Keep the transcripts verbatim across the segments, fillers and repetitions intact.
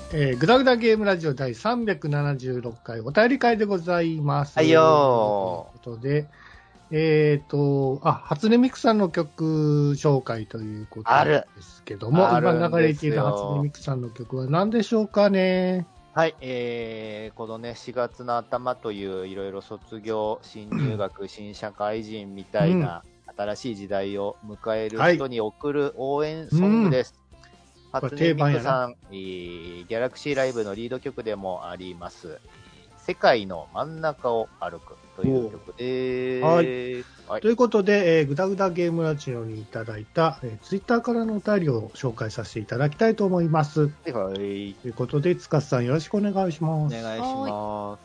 えー、グダグダゲームラジオ第さんびゃくななじゅうろっかいお便り会でございます。 はいよー。ということで、えっ、ー、と、あ、初音ミクさんの曲紹介ということですけども、今流れている初音ミクさんの曲は何でしょうかね。 はい、えー、このね、しがつの頭といういろいろ卒業、新入学、新社会人みたいな新しい時代を迎える人に送る応援ソングです。はい、初音ミクさん、ギャラクシーライブのリード曲でもあります。世界の真ん中を歩くという曲です。 はい。はい、ということで、えー、グダグダゲームラジオにいただいた、えー、ツイッターからのお便りを紹介させていただきたいと思います。はい。 はい、 ということで、つかさんよろしくお願いします。 お願いします。 はい、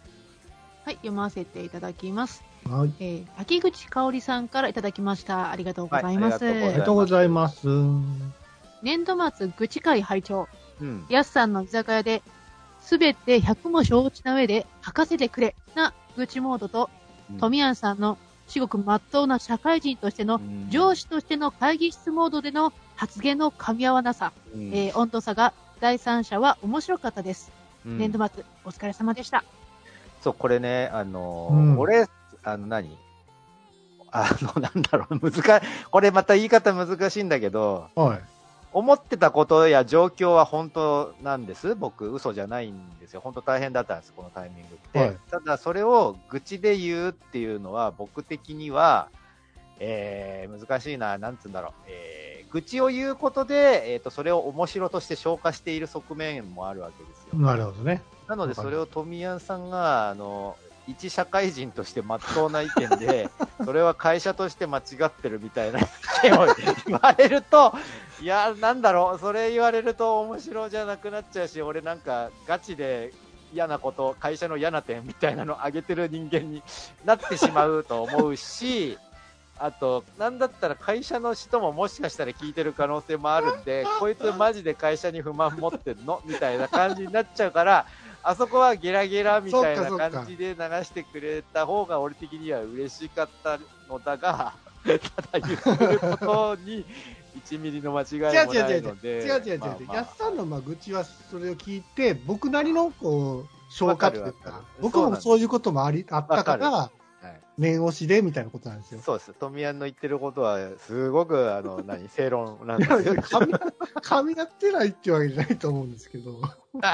読ませていただきます。 はい。 えー、滝口香織さんからいただきました。ありがとうございます。 はい、ありがとうございます。 年度末愚痴会拝聴。うん、やすさんの居酒屋で、すべてひゃくも承知な上で書かせてくれな愚痴モードと、うん、富谷さんの至極真っ当な社会人としての、うん、上司としての会議室モードでの発言の噛み合わなさ、うん、えー、温度差が第三者は面白かったです。うん、年度末お疲れ様でした。 そう、これね、あのーうん、俺、あの何あの、なんだろう、難しい、これまた言い方難しいんだけど、はい、思ってたことや状況は本当なんです。僕、嘘じゃないんですよ。本当大変だったんです、このタイミングって。はい、ただ、それを愚痴で言うっていうのは、僕的には、えー、難しいな、なんつうんだろう、えー、愚痴を言うことで、えーと、それを面白として消化している側面もあるわけですよ。 なるほどね。 なので、それを富谷さんが、あの、一社会人として真っ当な意見で、それは会社として間違ってるみたいな意見を言われると、いや、なんだろう、それ言われると面白じゃなくなっちゃうし、俺なんかガチで嫌なこと、会社の嫌な点みたいなのを上げてる人間になってしまうと思うし、あと、なんだったら会社の人ももしかしたら聞いてる可能性もあるんで、こいつマジで会社に不満持ってんのみたいな感じになっちゃうから、あそこはゲラゲラみたいな感じで流してくれた方が俺的には嬉しかったのだが、ただ言ってることにいちミリの間違いもないので。 違う違う違う違う。違う違う違う。まあまあ、やっさんのまあ愚痴はそれを聞いて、僕なりのこう、消化というか、僕もそういうこともあり、あったから、念押しでみたいなことなんですよ。 そうです。富谷の言ってることは、すごく、あの、何、正論なんですよ。 噛み合ってないっていうわけじゃないと思うんですけど。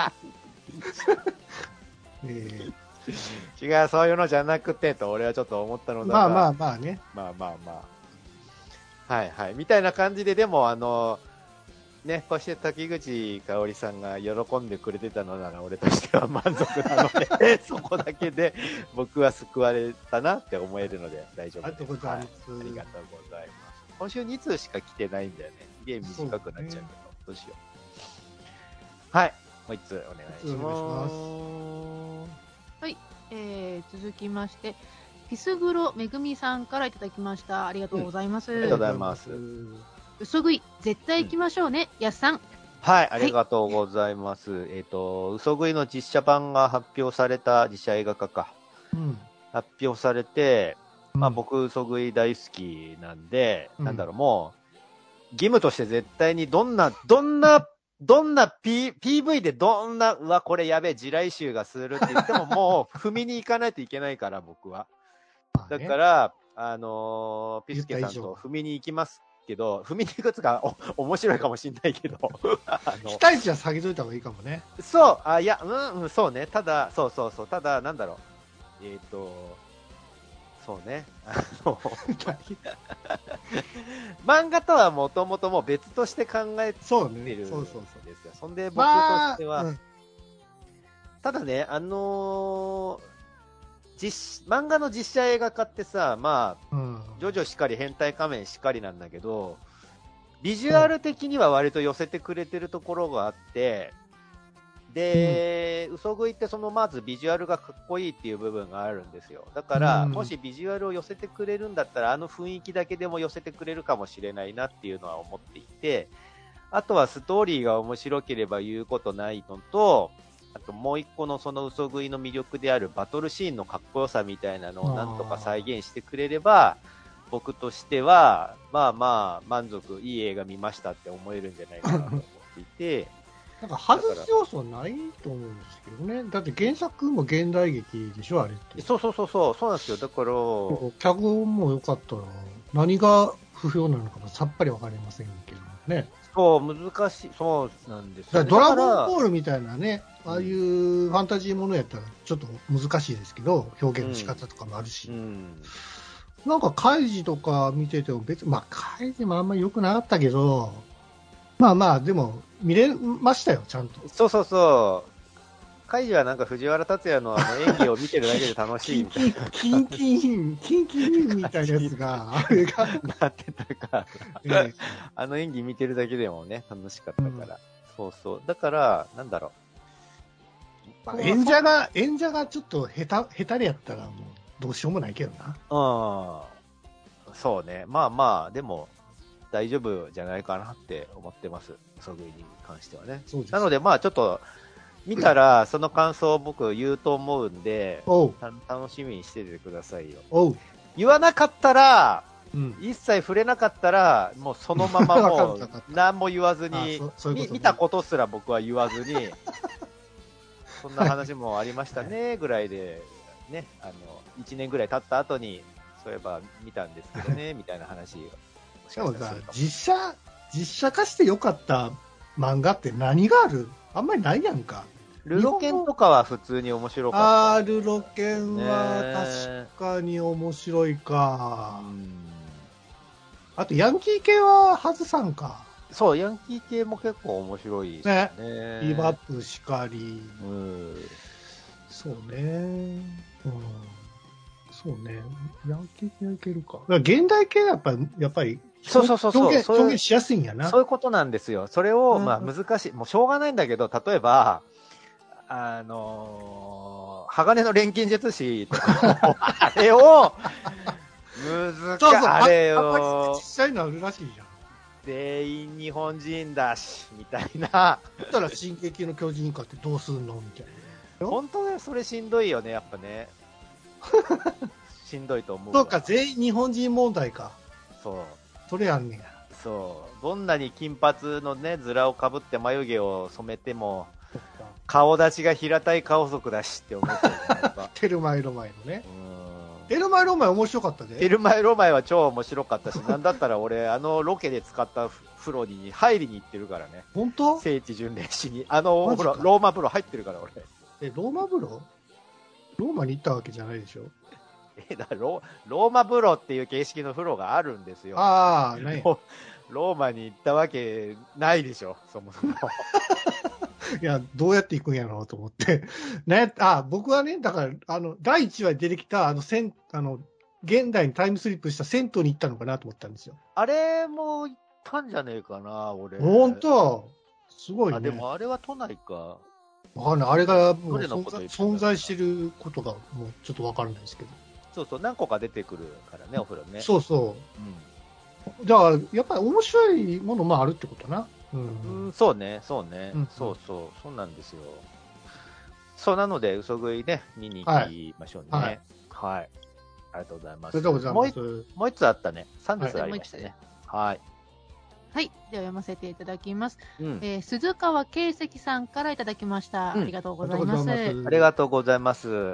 えー、違う、そういうのじゃなくてと俺はちょっと思ったのだが、 まあまあまあね、 まあまあまあ、はいはいみたいな感じで、でもあのね、こうして滝口香織さんが喜んでくれてたのなら俺としては満足なのでそこだけで僕は救われたなって思えるので大丈夫です。 ありがとうございます。 はい、ありがとうございます。今週に通しか来てないんだよね。ゲーム短くなっちゃうけど、ね、どうしよう。はい、もう一つお願いします。 はい、えー、続きましてピスグロめぐみさんからいただきました。ありがとうございます。うん、 ありがとうございます。 嘘食い絶対行きましょうね、うん、やすさん。 はい、ありがとうございます。はい、えっ、ー、と嘘食いの実写版が発表された、実写映画化か、うん、発表されて、まあ僕嘘食い大好きなんで、うん、なんだろう、もう義務として絶対にどんなどんなどんな、P、ピーブイ でどんな、うわ、これやべえ、地雷臭がするって言ってももう踏みに行かないといけないから、僕は。だから、あのー、ピスケさんと踏みに行きますけど、踏みに行くつかお面白いかもしんないけど。 期待値は下げといた方がいいかもね。 そう、あ、いや、うん、うん、そうね。ただ、そうそうそう、ただ、なんだろう。えっ、ー、と、そうね。あの漫画とはもともともう別として考えてるんですよ。そうそうそう。そんで僕としては、まあうん、ただね、あのー、実漫画の実写映画化ってさ、まあ、うん、ジョジョしかり変態仮面しかりなんだけど、ビジュアル的には割と寄せてくれてるところがあって、で、うん、嘘食いってそのまずビジュアルがかっこいいっていう部分があるんですよ。だから、うん、もしビジュアルを寄せてくれるんだったら、あの雰囲気だけでも寄せてくれるかもしれないなっていうのは思っていて、あとはストーリーが面白ければ言うことないのと、あともう一個のその嘘食いの魅力であるバトルシーンのかっこよさみたいなのをなんとか再現してくれれば、僕としては、まあまあ満足、いい映画見ましたって思えるんじゃないかなと思っていて、 なんか外す要素ないと思うんですけどね。だって原作も現代劇でしょ、あれって。 そうそうそうそう、そうなんですよ。だから、 脚本も良かったら、何が不評なのかもさっぱりわかりませんけどね。 そう、難しい、そうなんですよ、 ね。ドラゴンボールみたいなね、ああいうファンタジーものやったらちょっと難しいですけど、表現の仕方とかもあるし。うんうん、なんか、カイジとか見てても別に、まあ、カイジもあんまり良くなかったけど、まあまあ、でも、見れましたよ、ちゃんと。 そうそうそう。カイジはなんか藤原竜也のあの演技を見てるだけで楽しいみたいな。 キンキン、キンキン、キンキンみたいなやつが、あれが。 なってたから、ね、あの演技見てるだけでもね、楽しかったから。うん、そうそう。だから、なんだろう。まあ、演者が、演者がちょっと下手、下手でやったらもう、どうしようもないけどな。 うん。そうね。まあまあ、でも、大丈夫じゃないかなって思ってます。そぐいに関してはね。なので、まあちょっと、見たら、その感想を僕言うと思うんで、楽しみにしててくださいよ。 おう言わなかったら、うん、一切触れなかったら、もうそのままもう何も言わずに、見たことすら僕は言わずに、そんな話もありましたね、ぐらいで、ね、あの、いちねんぐらい経った後に、そういえば見たんですけどね、みたいな話を。 しかもさ、実写、実写化してよかった漫画って何がある？あんまりないやんか。 ルロケンとかは普通に面白かった、ね。 あー、ルロケンは確かに面白いか。あと、ヤンキー系は外さんか。 そう、ヤンキー系も結構面白いですね。ねビバップしかり。うん。そうね。うん。そうね。ヤンキー系はいけるか。現代系はやっぱり、やっぱり、 そうそうそうそう。 表現、表現しやすいんやな。 そういうことなんですよ。それを、まあ難しい。もうしょうがないんだけど、例えば、あのー、鋼の錬金術師とか、あれを、難しい。そうそう、あれを、 実際のあるらしいじゃん。 全員日本人だし、みたいな。 だったら進撃の巨人化ってどうすんのみたいな。本当ね、それしんどいよね、やっぱね。しんどいと思う。 そうか、全員日本人問題か。 そう。 それやんねや。 そう。どんなに金髪のね、面をかぶって眉毛を染めても、顔立ちが平たい顔族だしって思ってる。 テルマエロマエのね。テルマエロマエ面白かったね。 テルマエロマエは超面白かったし、なんだったら俺、あのロケで使った風呂に入りに行ってるからね。 本当？ 聖地巡礼しに。あの風呂、ローマ風呂入ってるから俺。 え、ローマ風呂？ローマに行ったわけじゃないでしょ？ え、だロローマ風呂っていう形式の風呂があるんですよ。 ああ、ない。 ローマに行ったわけないでしょ、そもそも。 いや、どうやって行くんやろうと思って。ね、あ、僕はね、だから、あの、だいいちわに出てきた、あの、せん、あの、現代にタイムスリップした銭湯に行ったのかなと思ったんですよ。 あれも行ったんじゃねえかな、俺。 ほんとすごいね。 あ、でもあれは都内か。 わかんない。あれがもう存在、存在してることがもうちょっとわかんないですけど。 そうそう、何個か出てくるからね、お風呂ね。 そうそう。うん。だから、やっぱり面白いものもあるってことな。 うん、うん、そうね、そうね、うん、そうそう、そうなんですよ。そうなので、嘘食いね、見に行きましょうね。はい。はい。はい、ありがとうございます。 ありがとうございます。 もう一つあったね。さんつありましたね。はい。 はい。では読ませていただきます。うん、えー、鈴川圭石さんからいただきました。うん、ありがとうございます。 ありがとうございます。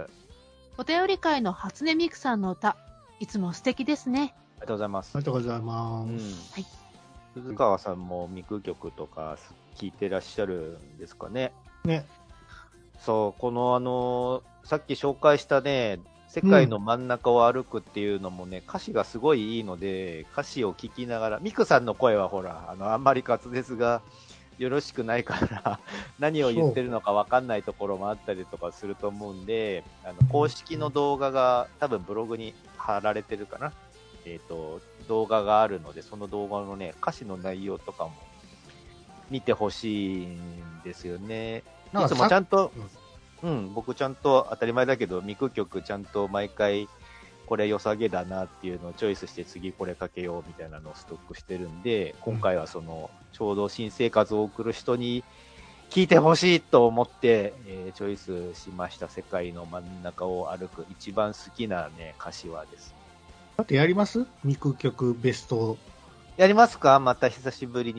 お便り会の初音ミクさんの歌、いつも素敵ですね。 ありがとうございます。 ありがとうございます。うん、 はい。 鈴川さんもミク曲とか聴いてらっしゃるんですかね。 ね。 そう、このあのー、さっき紹介したね、世界の真ん中を歩くっていうのもね、うん、歌詞がすごいいいので、歌詞を聞きながら、ミクさんの声はほら、あの、あんまり滑舌がよろしくないから、何を言ってるのかわかんないところもあったりとかすると思うんで、あの、公式の動画が多分ブログに貼られてるかな。えっと、動画があるので、その動画のね、歌詞の内容とかも見てほしいんですよね。いつもちゃんと、うん、僕ちゃんと当たり前だけど、ミク曲ちゃんと毎回、これ良さげだなっていうのをチョイスして次これかけようみたいなのをストックしてるんで、今回はその、ちょうど新生活を送る人に聞いてほしいと思って、えー、チョイスしました。世界の真ん中を歩く一番好きなね、歌詞はですね。 だってやります？ミク曲ベスト。 やりますか？また久しぶりに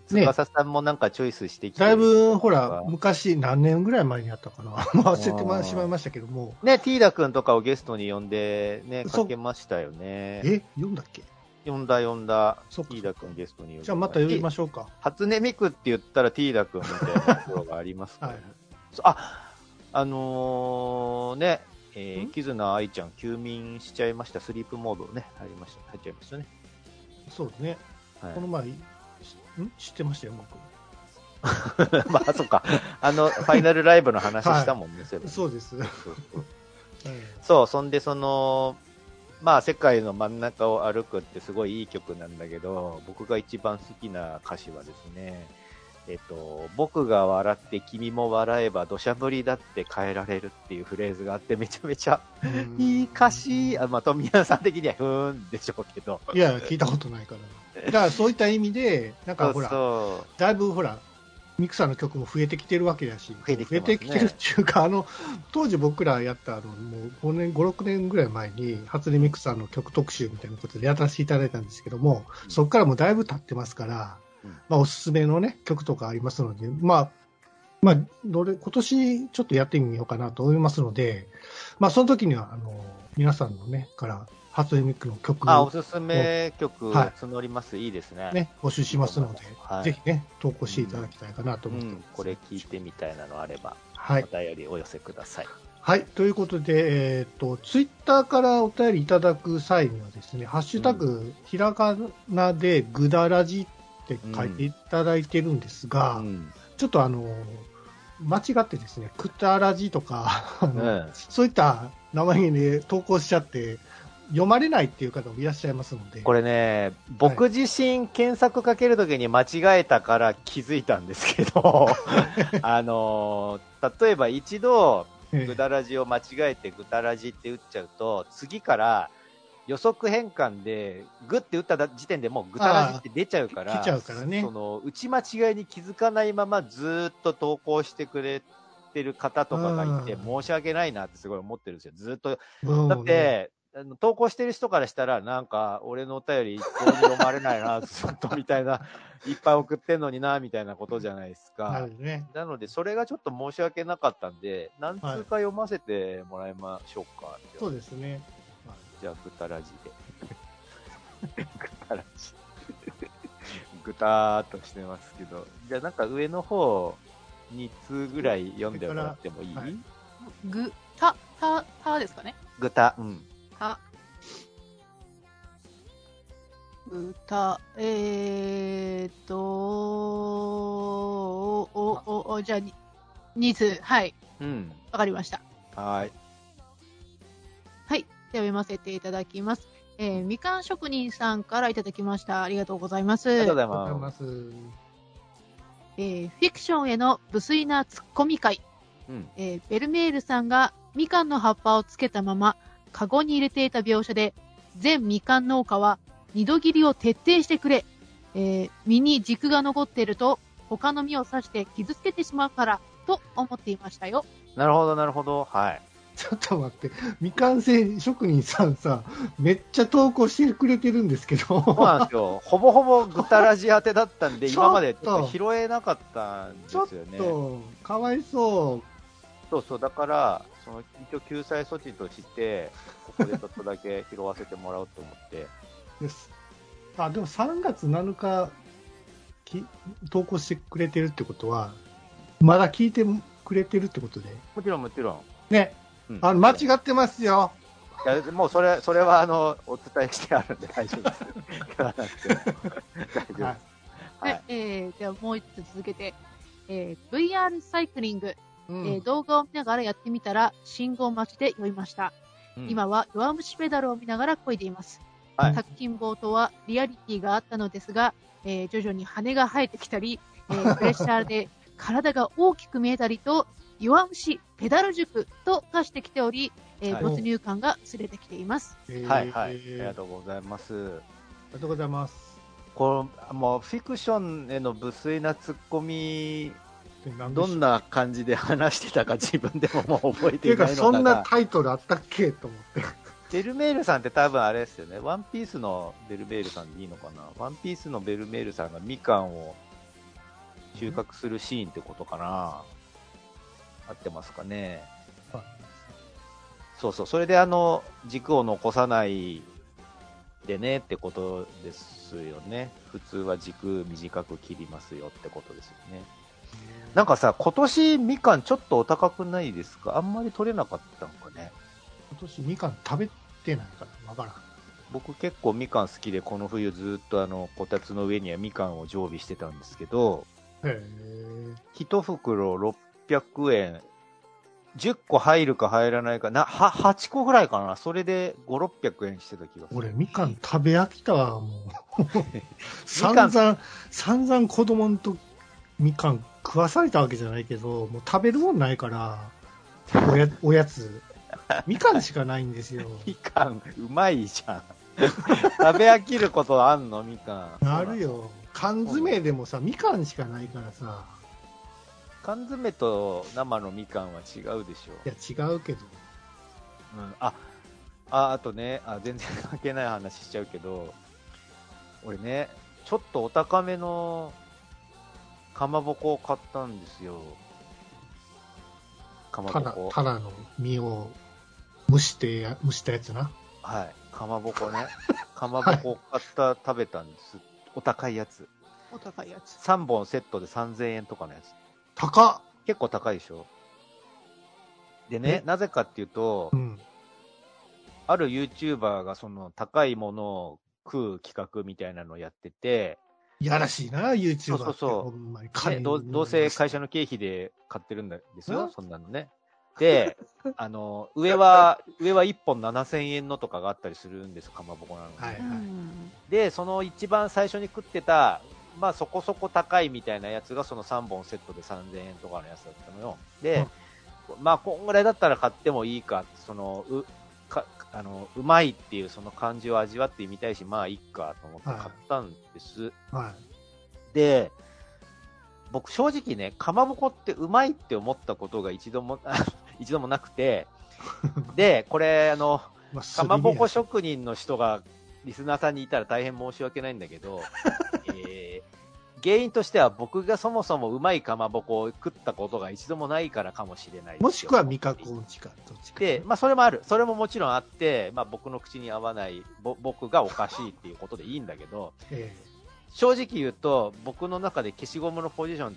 翼さんもなんかチョイスしてきて、 ね、だいぶ、ほら、昔、何年ぐらい前にやったかな。忘れてしまいましたけども。 ね、ティーダ君とかをゲストに呼んで、ね、かけましたよね。 え読んだっけ呼んだ呼んだ。ティーダ君ゲストに呼んだ。 じゃあまた呼びましょうか。 初音ミクって言ったらティーダ君みたいなところがありますから、ね。はい、あ、あのー、ね、えー、キズナ愛ちゃん休眠しちゃいました。スリープモードね、入りました。入っちゃいましたね。 そうですね。はい、この前、ん知ってましたよ、僕。 まあ、そっか。あの、ファイナルライブの話したもんね、はい、 そうです。そう、 そう、そんで、その、まあ、世界の真ん中を歩くってすごいいい曲なんだけど、僕が一番好きな歌詞はですね、えっと、僕が笑って君も笑えば土砂降りだって変えられるっていうフレーズがあってめちゃめちゃいい歌詞、あ、まあ、富谷さん的にはふーんでしょうけど。 いや、聞いたことないから。だからそういった意味で、なんかほら、そうそうだいぶほら、ミクさんの曲も増えてきてるわけだし、増えてきてますね、増えてきてるっていうか、あの、当時僕らやったあの、もうごねん、ご、ろくねんぐらい前に、初音ミクさんの曲特集みたいなことでやらせていただいたんですけども、うん、そこからもうだいぶ経ってますから、まあ、おすすめのね、曲とかありますので、まあ、まあ、どれ、今年ちょっとやってみようかなと思いますので、まあ、その時には、あの、皆さんのね、から、初音ミクの曲を。 あ、おすすめ曲募ります、はい、いいですね。 ね、募集しますので、はい、ぜひね、投稿していただきたいかなと思ってます、うんうん。 これ聞いてみたいなのあれば、 はい、 お便りお寄せください。 はい、ということで、えっと、ツイッターからお便りいただく際にはですね、ハッシュタグ、うん、ひらがなでぐだらじって書いていただいてるんですが、うん、ちょっとあの、間違ってですね、くたらじとか、うん、そういった名前で投稿しちゃって、読まれないっていう方もいらっしゃいますので。 これね、僕自身検索かけるときに間違えたから気づいたんですけど、あの、例えば一度、ぐだらじを間違えてぐだらじって打っちゃうと、次から予測変換で、グって打った時点でもうぐだらじって出ちゃうから、 来ちゃうからね。 その、打ち間違いに気づかないままずっと投稿してくれてる方とかがいて、申し訳ないなってすごい思ってるんですよ。ずっと。だって、あの投稿してる人からしたら、なんか、俺のお便り一向に読まれないな、ずっとみたいな、いっぱい送ってんのにな、みたいなことじゃないですか。 なるね、 なので、それがちょっと申し訳なかったんで、何通か読ませてもらいましょうか。はい、 そうですね。 じゃあ、ぐたらじで。ぐたらじ。ぐたーっとしてますけど。じゃあ、なんか上の方、に通ぐらい読んでもらってもいい？はい、 ぐ、た、た、たですかね？ ぐた、うん。 た、うた、えーっと、お、お、お、じゃあ、に通、はい。 うん。 わかりました。 はい。 はい。では読ませていただきます。えー、みかん職人さんからいただきました。ありがとうございます。 ありがとうございます。 えー、フィクションへの無粋なツッコミ会。うん、えー、ベルメールさんがみかんの葉っぱをつけたまま、カゴに入れていた描写で、全みかん農家は二度切りを徹底してくれ。えー、実に軸が残っていると、他の実を刺して傷つけてしまうから、と思っていましたよ。 なるほど、なるほど。はい。 ちょっと待って、みかん製職人さんさ、めっちゃ投稿してくれてるんですけど。 そうなんですよ。ほぼほぼぐたらじ当てだったんで、今までちょっと拾えなかったんですよね。 ちょっと、かわいそう。 そうそう、だから、その一応救済措置として、ここでちょっとだけ拾わせてもらおうと思って。 です。あ、でもさんがつなのかき投稿してくれてるってことは、まだ聞いてくれてるってことで。 もちろんもちろん。 ね。うん、あの間違ってますよ。 いやもうそれそれはあのお伝えしてあるんで大丈夫です。大丈夫です。 はい。はい、えー、ではもう一つ続けて、えー、ブイアール サイクリング、うんえー、動画を見ながらやってみたら信号待ちで酔いました。うん、今は弱虫ペダルを見ながら漕いでいます。はい、タッキンボートはリアリティがあったのですが、えー、徐々に羽が生えてきたり、えー、プレッシャーで体が大きく見えたりと。弱虫ペダル塾と化してきており、えーはい、没入感が薄れてきています。 はいはい、ありがとうございます。 ありがとうございます。 このもうフィクションへの無粋なツッコミ、どんな感じで話してたか自分でももう覚えていないのだが。ていうかそんなタイトルあったっけと思って。 ベルメールさんって多分あれですよね。ワンピースのベルメールさんでいいのかな。ワンピースのベルメールさんがみかんを収穫するシーンってことかな。合ってますかね。はい、そうそう。それであの、軸を残さないでねってことですよね。普通は軸短く切りますよってことですよね。なんかさ、今年みかんちょっとお高くないですか？あんまり取れなかったのかね。 今年みかん食べてないからわからん。 僕結構みかん好きで、この冬ずっとあのこたつの上にはみかんを常備してたんですけど、 へ一袋ろっぴゃくえん、じゅっこ入るか入らないかな、ははちこぐらいかな、それでご、ろっぴゃくえんしてた気がする。 俺みかん食べ飽きたわ、もう。散々、散々子供のとみかん食わされたわけじゃないけど、もう食べるもんないから、おやおやつ。みかんしかないんですよ。 みかん、うまいじゃん。食べ飽きることあんのみかん。 あるよ。缶詰でもさ、みかんしかないからさ。 缶詰と生のみかんは違うでしょ。 いや、違うけど。 うん、あ、あ、あとね、あ、全然関係ない話しちゃうけど、俺ね、ちょっとお高めのかまぼこを買ったんですよ。かまぼこ。 ただ、ただの実を蒸してや、蒸したやつな。 はい。かまぼこね。かまぼこを買った、はい、食べたんです。お高いやつ。 お高いやつ。 さんぼんセットでさんぜんえんとかのやつ。 高っ。 結構高いでしょ。でね、なぜかっていうと、うん、ある YouTuber がその高いものを食う企画みたいなのをやってて、 いやらしいな、YouTuber って。 そうそうそう。ね、ど, どうせ会社の経費で買ってるんですよ、そんなのね。で、あの、上は、上はいっぽんななせんえんのとかがあったりするんです、かまぼこなので。はいはい、で、その一番最初に食ってた、まあそこそこ高いみたいなやつがそのさんぼんセットでさんぜんえんとかのやつだったのよ。で、うん、まあこんぐらいだったら買ってもいいか、その、う、かあのうまいっていうその感じを味わってみたいし、まあいいかと思って買ったんです。はいはい、で、僕正直ね、かまぼこってうまいって思ったことが一度も一度もなくて、で、これあの、まあ、かまぼこ職人の人がリスナーさんにいたら大変申し訳ないんだけど、えー、原因としては僕がそもそもうまいかまぼこを食ったことが一度もないからかもしれない。 もしくは味覚音痴か、どっちか。 で、まあそれもある。それももちろんあって、まあ僕の口に合わない、ぼ僕がおかしいっていうことでいいんだけど、えー、正直言うと、僕の中で消しゴムのポジションって、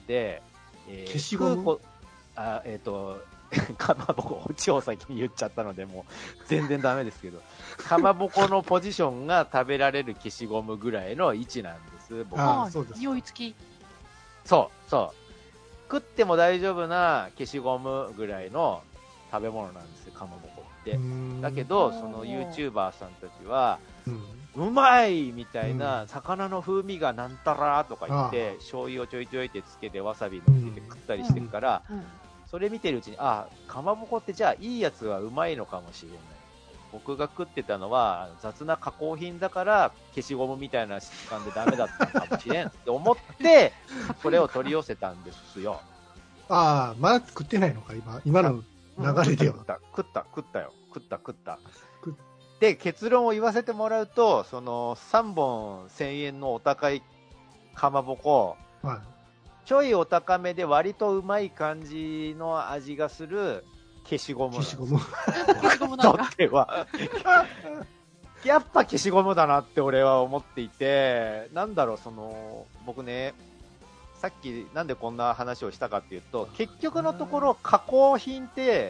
えー、消しゴムあ、えっ、ー、と、かまぼこ、オチを先に言っちゃったので、もう全然ダメですけど、かまぼこのポジションが食べられる消しゴムぐらいの位置なんです、僕は。 ああ、そうです。匂い付き。 そう、そう。食っても大丈夫な消しゴムぐらいの食べ物なんですよ、かまぼこって。だけど、その YouTuber さんたちは、うん、うまいみたいな、魚の風味がなんたらとか言って、醤油をちょいちょいってつけて、わさびのっけて食ったりしてるから、うんうんうん、それ見てるうちに、あ、かまぼこってじゃあいいやつはうまいのかもしれない。僕が食ってたのは雑な加工品だから消しゴムみたいな質感でダメだったのかもしれんって思ってこれを取り寄せたんですよ。 ああ、まだ食ってないのか今今の流れでは。 食った食った食ったよ食った食った食で結論を言わせてもらうと、そのさんぼんせんえんのお高いかまぼこ、はい、ちょいお高めで割とうまい感じの味がする消しゴムなんです。 消しゴム。 消しゴムなんだ。とっては。やっぱ消しゴムだなって俺は思っていて、なんだろう、その、僕ね、さっきなんでこんな話をしたかっていうと、結局のところ加工品って、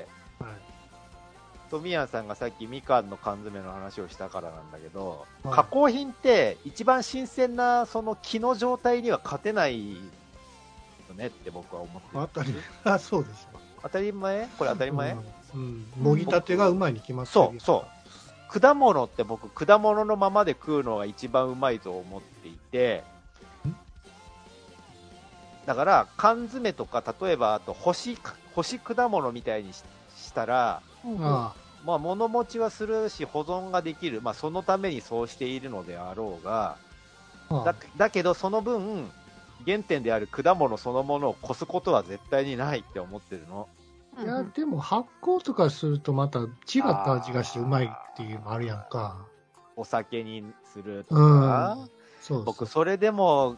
はい、富谷さんがさっきみかんの缶詰の話をしたからなんだけど、はい、加工品って一番新鮮なその木の状態には勝てないよねって僕は思ってる。 当たり前。あ、そうですよ。 当たり前？これ当たり前？ うん。も、うん、ぎたてがうまいに決まってる。 そう、そう。果物って僕、果物のままで食うのが一番うまいと思っていて、だから、缶詰とか、例えば、あと、干し、干し果物みたいに し, したら、うん、まあ、物持ちはするし、保存ができる。まあ、そのためにそうしているのであろうが、だ, だけど、その分、原点である果物そのものを越すことは絶対にないって思ってるの。 いや、でも発酵とかするとまた違った味がしてうまいっていうのあるやんか。 お酒にするとか、うん、そうそう、 僕それでも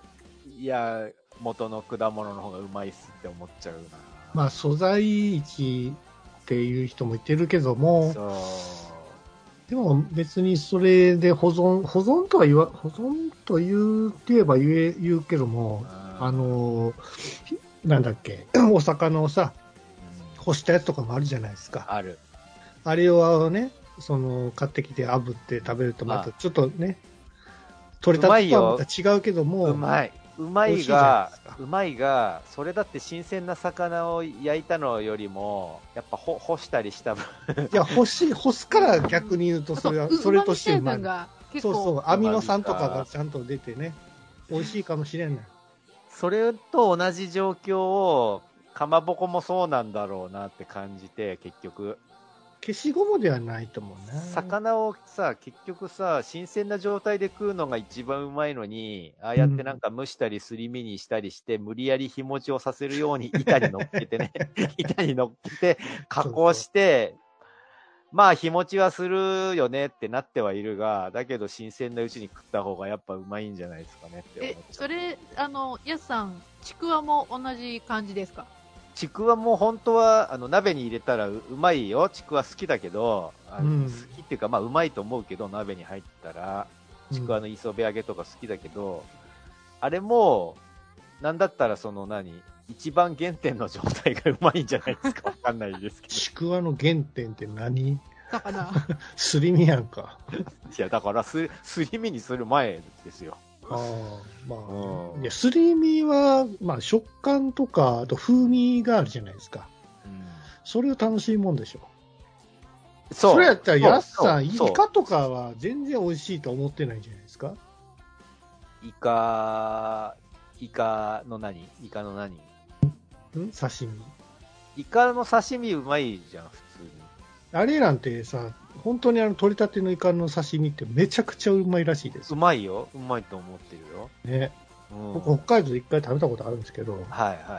いや、元の果物の方がうまいっすって思っちゃうな。 まあ、素材市っていう人もいてるけども、 そうでも別にそれで保存、保存とは言わ、保存と言う言えば言え、言うけども、あの、なんだっけ、お魚をさ、干したやつとかもあるじゃないですか。 ある。 あれをね、その、買ってきて炙って食べるとまたちょっとね、取れたとはまた違うけども、 うまい。うまいが、うまいが、それだって新鮮な魚を焼いたのよりも、やっぱほ干したりした分。 いや、干し、干すから逆に言うと、それは、それとしてうまい。そうそう、アミノ酸とかがちゃんと出てね、美味しいかもしれない。 それと同じ状況を、かまぼこもそうなんだろうなって感じて、結局。 消しゴムではないと思うね。 魚をさ、結局さ、新鮮な状態で食うのが一番うまいのに、ああやってなんか蒸したりすり身にしたりして、うん、無理やり日持ちをさせるように板に乗っけてね、板に乗っけて、加工して、そうそうまあ日持ちはするよねってなってはいるが、だけど新鮮なうちに食った方がやっぱうまいんじゃないですかねって思っちゃう。 え、それ、あの、やすさん、ちくわも同じ感じですか？ ちくわも本当はあの鍋に入れたら う, うまいよ。ちくわ好きだけど、あの、うん、好きっていうかまあうまいと思うけど、鍋に入ったらちくわの磯辺揚げとか好きだけど、うん、あれもなんだったらその何一番原点の状態がうまいんじゃないですか。わかんないですけど。 ちくわの原点って何？ だからすり身やんか。 いやだからすすり身にする前ですよ。 ああ、まあ、うん、いや、すり身は、まあ、食感とか、あと風味があるじゃないですか。うん、それを楽しいもんでしょ。そう。それやったら、やすさん、イカとかは全然美味しいと思ってないんじゃないですか？ イカ、イカの何イカの何ん刺身。 イカの刺身うまいじゃん、普通に。 あれなんてさ、本当にあの取り立てのイカの刺身ってめちゃくちゃうまいらしいです。 うまいよ。うまいと思ってるよ。 ね。うん、僕北海道で一回食べたことあるんですけど、はいはいはい。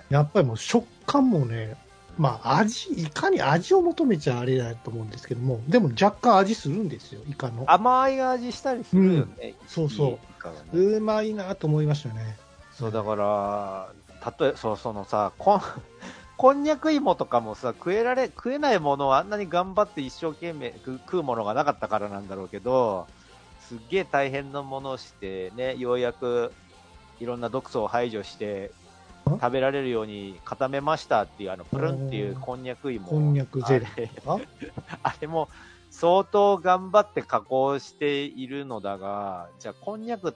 やっぱりもう食感もね、まあ味、いかに味を求めちゃあれだと思うんですけども、でも若干味するんですよ、イカの。 甘い味したりするよね。 うん、そうそう、ね。うまいなと思いましたね。 そう、だから、例え、そう、そのさ、こん、こんにゃく芋とかもさ、食えられ、食えないものをあんなに頑張って一生懸命食うものがなかったからなんだろうけど、すっげえ大変なものをしてね、ようやくいろんな毒素を排除して食べられるように固めましたっていう、あの、プルンっていうこんにゃく芋。 こんにゃくゼリー。あれも相当頑張って加工しているのだが、じゃあこんにゃくって、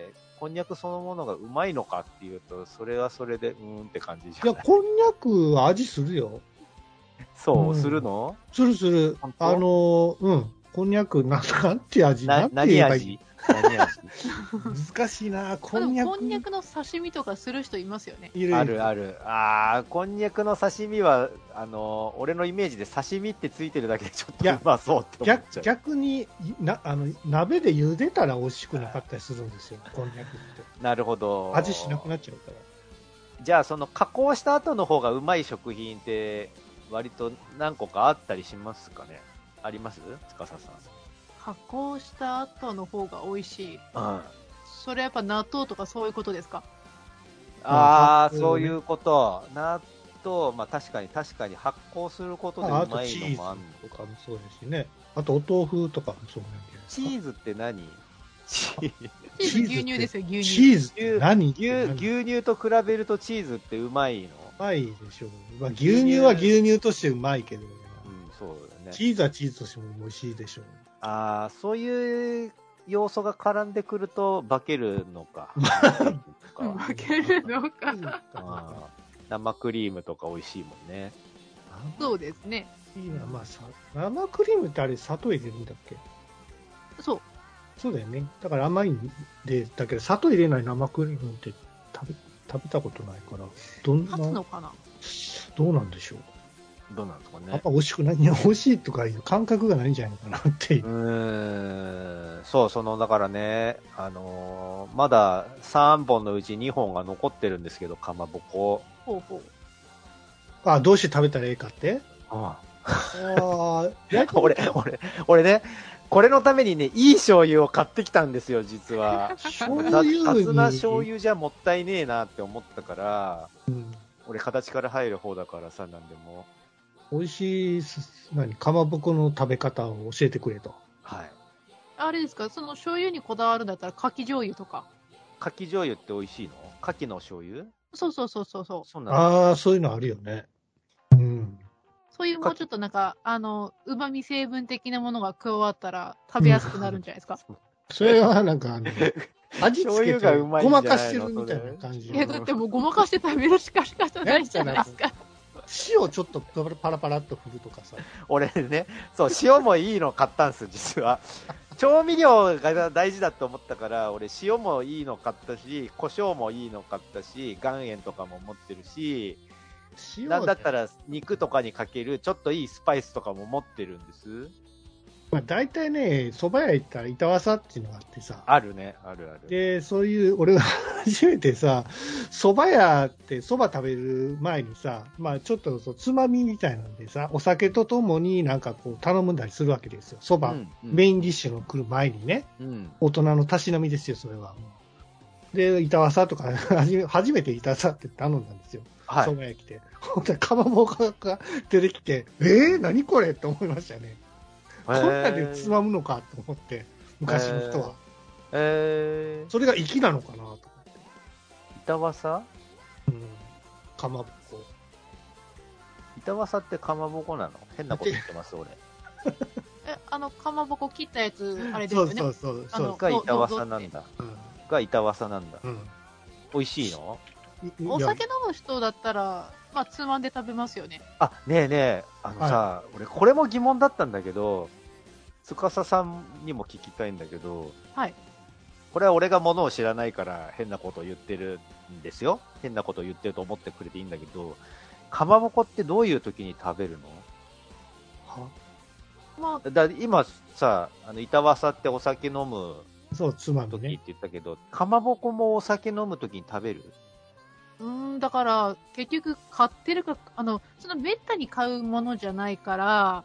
こんにゃくそのものがうまいのかっていうと、それはそれでうーんって感じじゃない。 いや、こんにゃくは味するよ。 そう、うん、するの？ するする。あの、うん。こんにゃく、な、なんて味な、何味？何味？ 難しいな、こんにゃく。 こんにゃくの刺身とかする人いますよね。 いるあるある。あー、こんにゃくの刺身は、あの、俺のイメージで刺身ってついてるだけでちょっとうまそうって思っちゃう。 逆になあの、鍋で茹でたら美味しくなかったりするんですよ、こんにゃくって。 なるほど。 味しなくなっちゃうから。 じゃあ、その加工した後の方がうまい食品って、割と何個かあったりしますかね？あります？司さん。 加工した後の方が美味しい。 うん。 それやっぱ納豆とかそういうことですか？ ああ、そういうこと。納豆、まあ確かに確かに発酵することでうまいのもあるの。 あとチーズとかもそうですしね。あとお豆腐とかもそうなんじゃないですか。 チーズって何？ チーズ牛乳ですよ、牛乳。 チーズって何？ 牛牛乳と比べるとチーズってうまいの？うまいでしょう。まあ、牛乳は牛乳としてうまいけど、ね、 うん、そうだね。 チーズはチーズとしても美味しいでしょう。 ああ、そういう要素が絡んでくると化けるのか。 化けるのか。 あ生クリームとか美味しいもんね。 そうですね。 いいな、まあさ、生クリームってあれ砂糖入れるんだっけ？ そう。 そうだよね。だから甘いんで、だけど砂糖入れない生クリームって食べ、食べたことないから、どんな、 立つのかな？ どうなんでしょう。 どうなんですかね。 やっぱ美味しくない、いや美味しいとかいう感覚がないんじゃないかなっていう。 うーん、そう、その、だからね、あのー、まださんぼんのうちにほんが残ってるんですけど、かまぼこ。 ほうほう。 あ、どうして食べたらいいかって？ あああ、 俺、俺、俺ね、 これのためにね、いい醤油を買ってきたんですよ、実は。 醤油に雑な醤油じゃもったいねえなって思ったから、 うん、 俺形から入る方だからさ、なんでも。 美味しい、何、かまぼこの食べ方を教えてくれと。 はい。 あれですか、その醤油にこだわるんだったら、かき醤油とか。 かき醤油って美味しいの？かきの醤油？ そうそうそうそうそう。 そうなんああ、そういうのあるよね。うん。 そういうもうちょっとなんか、あの、旨味成分的なものが加わったら食べやすくなるんじゃないですか。 うん、それはなんかあの、味付けてごまかしてるみたいな感じ。 いや、だってもうごまかして食べるしか仕方ないじゃないですか。 塩ちょっとパラパラっと振るとかさ。 俺ね、そう、塩もいいの買ったんです、実は。調味料が大事だと思ったから、俺塩もいいの買ったし、胡椒もいいの買ったし、岩塩とかも持ってるし、なんだったら肉とかにかけるちょっといいスパイスとかも持ってるんです。 まあ、大体ね、蕎麦屋行ったら板わさっていうのがあってさ。 あるね、あるある。 で、そういう、俺が初めてさ、蕎麦屋って蕎麦食べる前にさ、まあちょっとそうつまみみたいなんでさ、お酒とともになんかこう頼んだりするわけですよ。蕎麦、うんうん、メインディッシュの来る前にね。うん、大人のたしなみですよ、それは。で、板わさとか、初めて板わさって頼んだんですよ。はい、蕎麦屋来て。ほんとかまぼこが出てきて、えー、何これって思いましたね。こんなでつまむのかと思って、昔の人は。えー、それが粋なのかなと思って。 板わさ？ うん。かまぼこ。 板わさってかまぼこなの？変なこと言ってます、俺。 え、あの、かまぼこ切ったやつ、あれですよね。 そうそうそう。そうが板わさなんだ。うん、が板わさなんだ。うん、美味しいの？ お酒飲む人だったら、まあ、つまんで食べますよね。 あ、ねえねえ、あのさ、はい、俺これも疑問だったんだけど、司さんにも聞きたいんだけど、 はい。 これは俺がものを知らないから変なことを言ってるんですよ。変なことを言ってると思ってくれていいんだけど、かまぼこってどういう時に食べるの？は？まあ、だ今さ、あの板わさってお酒飲む時って言ったけど、ね、かまぼこもお酒飲む時に食べる？ うん、だから、結局、買ってるか、あの、そのめったに買うものじゃないから、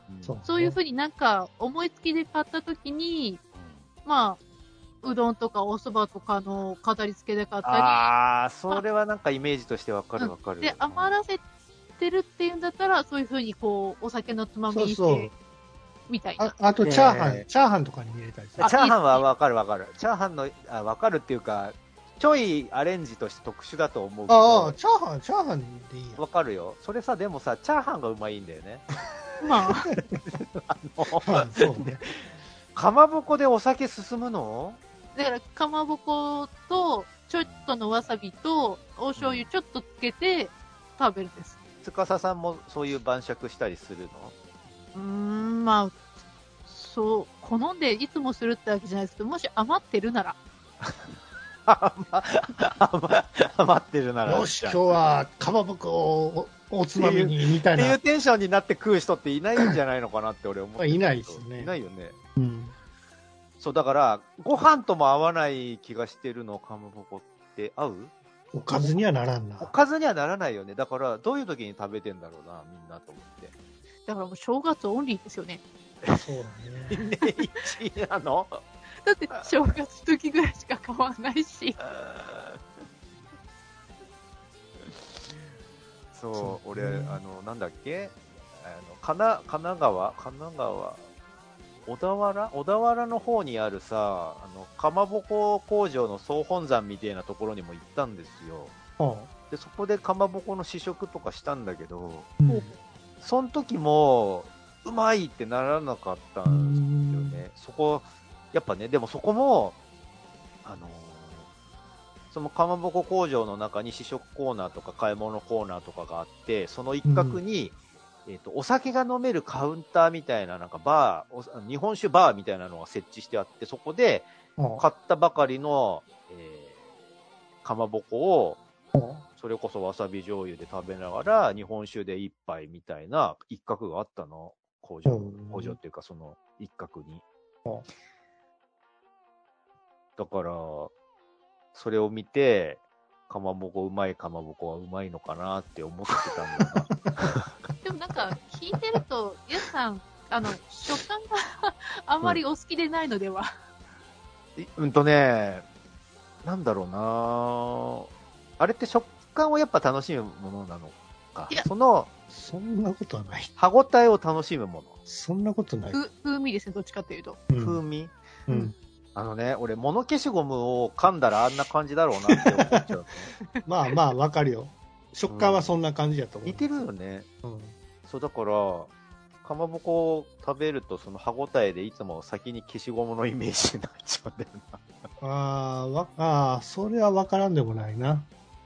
うん、そういうふうになんか、思いつきで買ったときに、うん、まあ、うどんとかお蕎麦とかの飾り付けで買ったり。 ああ、それはなんかイメージとしてわかるわかる。 で、余らせてるっていうんだったら、そういうふうにこう、お酒のつまみにして、そうそうみたいな。 あ, あと、チャーハン、えー、チャーハンとかに入れたりする。 チャーハンはわかるわかる。チャーハンの、あ、わかるっていうか、ちょいアレンジとして特殊だと思うけど。 ああ、チャーハン、チャーハンでいいわかるよ。それさ、でもさ、チャーハンがうまいんだよね。 まあ。 あの、そうね。かまぼこでお酒進むの？ だから、かまぼこと、ちょっとのわさびと、お醤油ちょっとつけて食べるんです。 司さんもそういう晩酌したりするの？ うーん、まあ、そう、好んでいつもするってわけじゃないですけど、もし余ってるなら。 余ってるなら。 よし、今日はかまぼこをおつまみにみたいな。 っていうテンションになって食う人っていないんじゃないのかなって俺思って。 いないですね。 いないよね。 うん。 そう、だから、ご飯とも合わない気がしてるの、かまぼこって合う？ おかずにはならんな。 おかずにはならないよね。だから、どういう時に食べてんだろうな、みんなと思って。 だからもう正月オンリーですよね。 そうだね。 年一なの？ だって正月時ぐらいしか買わないし。 そう、そう俺、あの、なんだっけあの、神奈、神奈川神奈川小田原小田原の方にあるさ、あの、かまぼこ工場の総本山みたいなところにも行ったんですよ。はあ、で、そこでかまぼこの試食とかしたんだけど、うん、その時も、うまいってならなかったんですよね。そこ、やっぱね、でもそこも、あのー、そのかまぼこ工場の中に試食コーナーとか買い物コーナーとかがあって、その一角に、うん、えっと、お酒が飲めるカウンターみたいな、なんかバー、日本酒バーみたいなのが設置してあって、そこで買ったばかりの、えー、かまぼこを、それこそわさび醤油で食べながら、日本酒で一杯みたいな一角があったの。工場、工場っていうかその一角に。だから、それを見て、かまぼこうまいかまぼこはうまいのかなって思ってたんだな。 でもなんか、聞いてると、ゆうさん、 あの、食感があんまりお好きでないのでは、 うん、うんとね、なんだろうなあれって食感をやっぱ楽しむものなのか。その、 そんなことはない。 歯応えを楽しむもの。 そんなことない。 風味ですね、どっちかというと。 うん、風味うん。 あのね、俺、物消しゴムを噛んだらあんな感じだろうなって思っちゃう、 ね。まあまあ、わかるよ。食感はそんな感じだと思う、 うん。似てるよね。 うん。 そう、だから、かまぼこを食べると、その歯応えでいつも先に消しゴムのイメージになっちゃうんだよな。 あーわあー、それはわからんでもないな。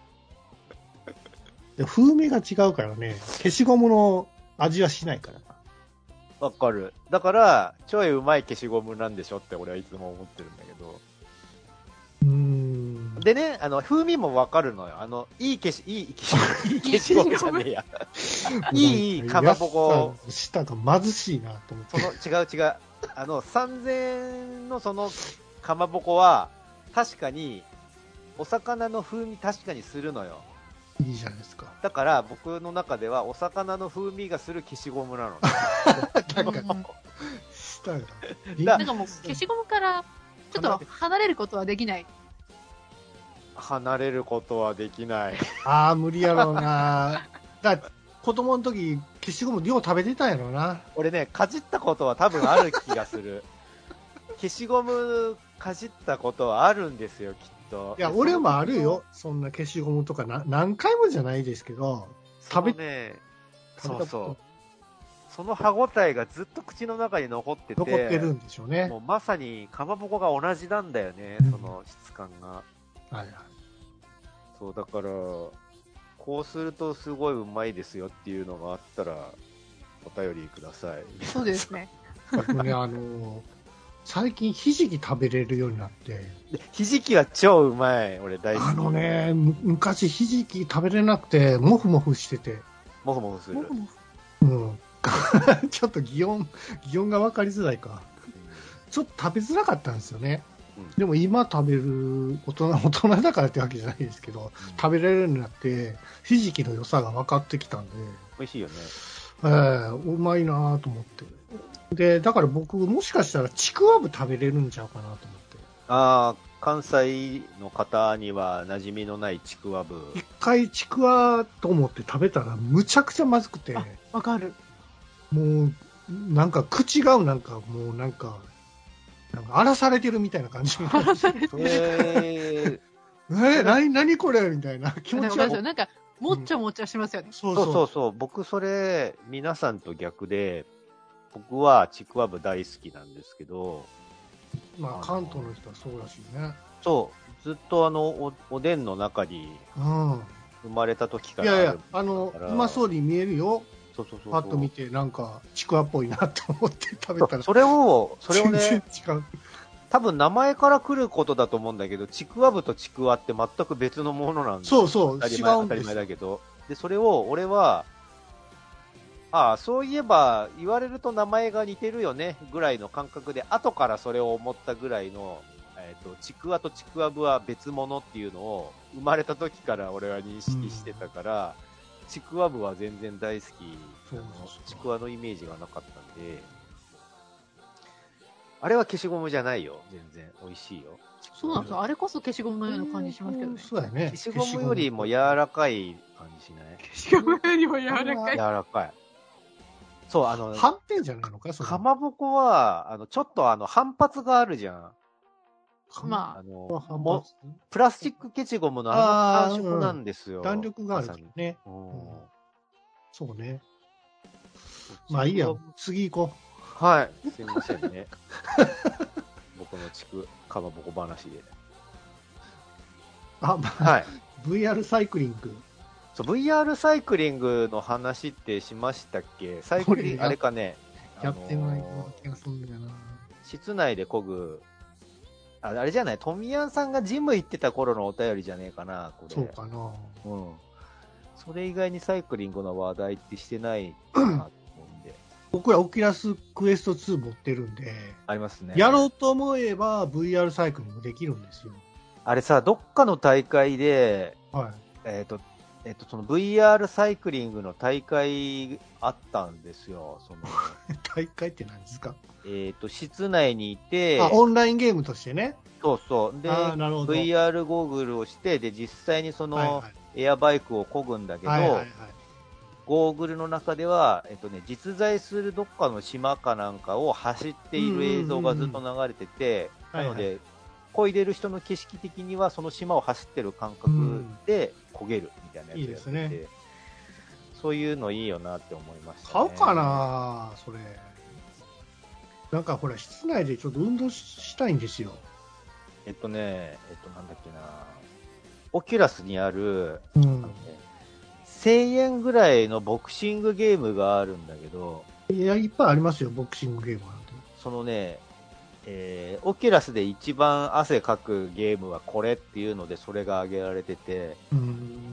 で風味が違うからね、消しゴムの味はしないから。 わかる。だから、ちょいうまい消しゴムなんでしょって俺はいつも思ってるんだけど。 うーん。 でね、あの、風味もわかるのよ。あの、いい消し、いい消し、いい消しゴムじゃねえや。いいかまぼこ。 舌が貧しいなと思って。 その、違う違う。あの、さんぜんえんのその、かまぼこは、確かに、お魚の風味確かにするのよ。 いいじゃないですか。 だから僕の中ではお魚の風味がする消しゴムなの、ね。 なんか、舌が。 なんかもう消しゴムからちょっと離れることはできない。 離れることはできない。 ああ、無理やろうな。だ子供の時、消しゴム量食べてたんやろうな。 俺ね、かじったことは多分ある気がする。消しゴムかじったことはあるんですよ、きっと。 いや、俺もあるよ。そんな消しゴムとかな何回もじゃないですけど、食べね、そうそう。その歯応えがずっと口の中に残ってて、 残ってるんでしょうね。 もうまさにかまぼこが同じなんだよね、うん、その質感が。はいはい。そうだから、こうするとすごいうまいですよっていうのがあったら、お便りください。 そうですね。 ね、あの最近ひじき食べれるようになって。 ひじきは超うまい。俺大好き。 あのね、昔ひじき食べれなくて、もふもふしてて。 もふもふする。もふもふうん。ちょっと擬音、擬音が分かりづらいか。うん、ちょっと食べづらかったんですよね。うん、でも今食べる大人、大人だからってわけじゃないですけど、うん、食べれるようになって、ひじきの良さが分かってきたんで。 美味しいよね。 えー、うまいなと思って。で、だから僕、もしかしたらちくわぶ食べれるんちゃうかなと思って。 ああ、関西の方には馴染みのないちくわぶ。 一回ちくわと思って食べたらむちゃくちゃまずくて。 わかる。 もう、なんか口がなんかもうなんか、なんか荒らされてるみたいな感じ。荒らされてる。えー、なになにこれみたいな気持ち悪い。 なんか、もっちゃもっちゃしますよね。 うん、そうそうそうそう。僕それ、皆さんと逆で、僕はちくわぶ大好きなんですけど、 まあ、関東の人はそうらしいね。 そう、ずっとあの お, おでんの中に生まれた時から、 うん、いやいや、あのうまそうに見えるよ。 そうそうそう、 パッと見てなんかちくわっぽいなと思って食べたら、 それをそれをね、 全然違う。 多分名前から来ることだと思うんだけど、ちくわぶとちくわって全く別のものなんです。 そうそう、 当たり前、当たり前だけど、でそれを俺は、ああ、そういえば言われると名前が似てるよねぐらいの感覚で、後からそれを思ったぐらいの、えーと、ちくわとちくわぶは別物っていうのを生まれた時から俺は認識してたから、うん、ちくわぶは全然大好き。そうそうそう、ちくわのイメージがなかったんで、あれは消しゴムじゃないよ、全然美味しいよ。 そうなんですよ、あれこそ消しゴムのような感じしますけどね。 そうだね。 消しゴムよりも柔らかい感じしない？ 消しゴムよりも柔らかい。 柔らかい。そう、あの、 はんぺんじゃないのか、それ。 かまぼこは、あの、ちょっとあの、反発があるじゃん。 まあ、 あの、もプラスチック消しゴムのあの感触なんですよ。 うん、弾力があるからね、うん。そうね。まあいいや、次行こう。はい、すいませんね。僕の地区かまぼこ話で。 あ、まあ、はい、ブイアール サイクリング。 そう、ブイアール サイクリングの話ってしましたっけ？サイクリング、あれかね。 やってない気がするんだよな。 室内で漕ぐ、あ, あれじゃない、富谷さんがジム行ってた頃のお便りじゃねえかな、これ。 そうかな。 うん。それ以外にサイクリングの話題ってしてないかなと思うんで。 僕らオキュラスクエストツー持ってるんで。 ありますね。 やろうと思えば ブイアール サイクリングできるんですよ。 あれさ、どっかの大会で、 はい。 えっと、えっと、その ブイアール サイクリングの大会あったんですよ。その大会って何ですか？ えっと、室内にいて、 あ、オンラインゲームとしてね。 そうそう。で、ブイアール ゴーグルをして、で、実際にその、はいはい、エアバイクを漕ぐんだけど、はいはいはい、ゴーグルの中では、えっとね、実在するどっかの島かなんかを走っている映像がずっと流れてて、なので、漕いでる人の景色的にはその島を走ってる感覚で漕げるみたいなやつやってて、いいですね、そういうのいいよなって思いました、ね。 買おうかなそれ。なんかほら、室内でちょっと運動したいんですよ。 えっとね、えっとなんだっけな、オキュラスにある、 うん、 せんえんぐらいのボクシングゲームがあるんだけど、 いや、いっぱいありますよ、ボクシングゲームなんて。 そのね、えー、オキュラスで一番汗かくゲームはこれっていうので、それが挙げられてて、うん、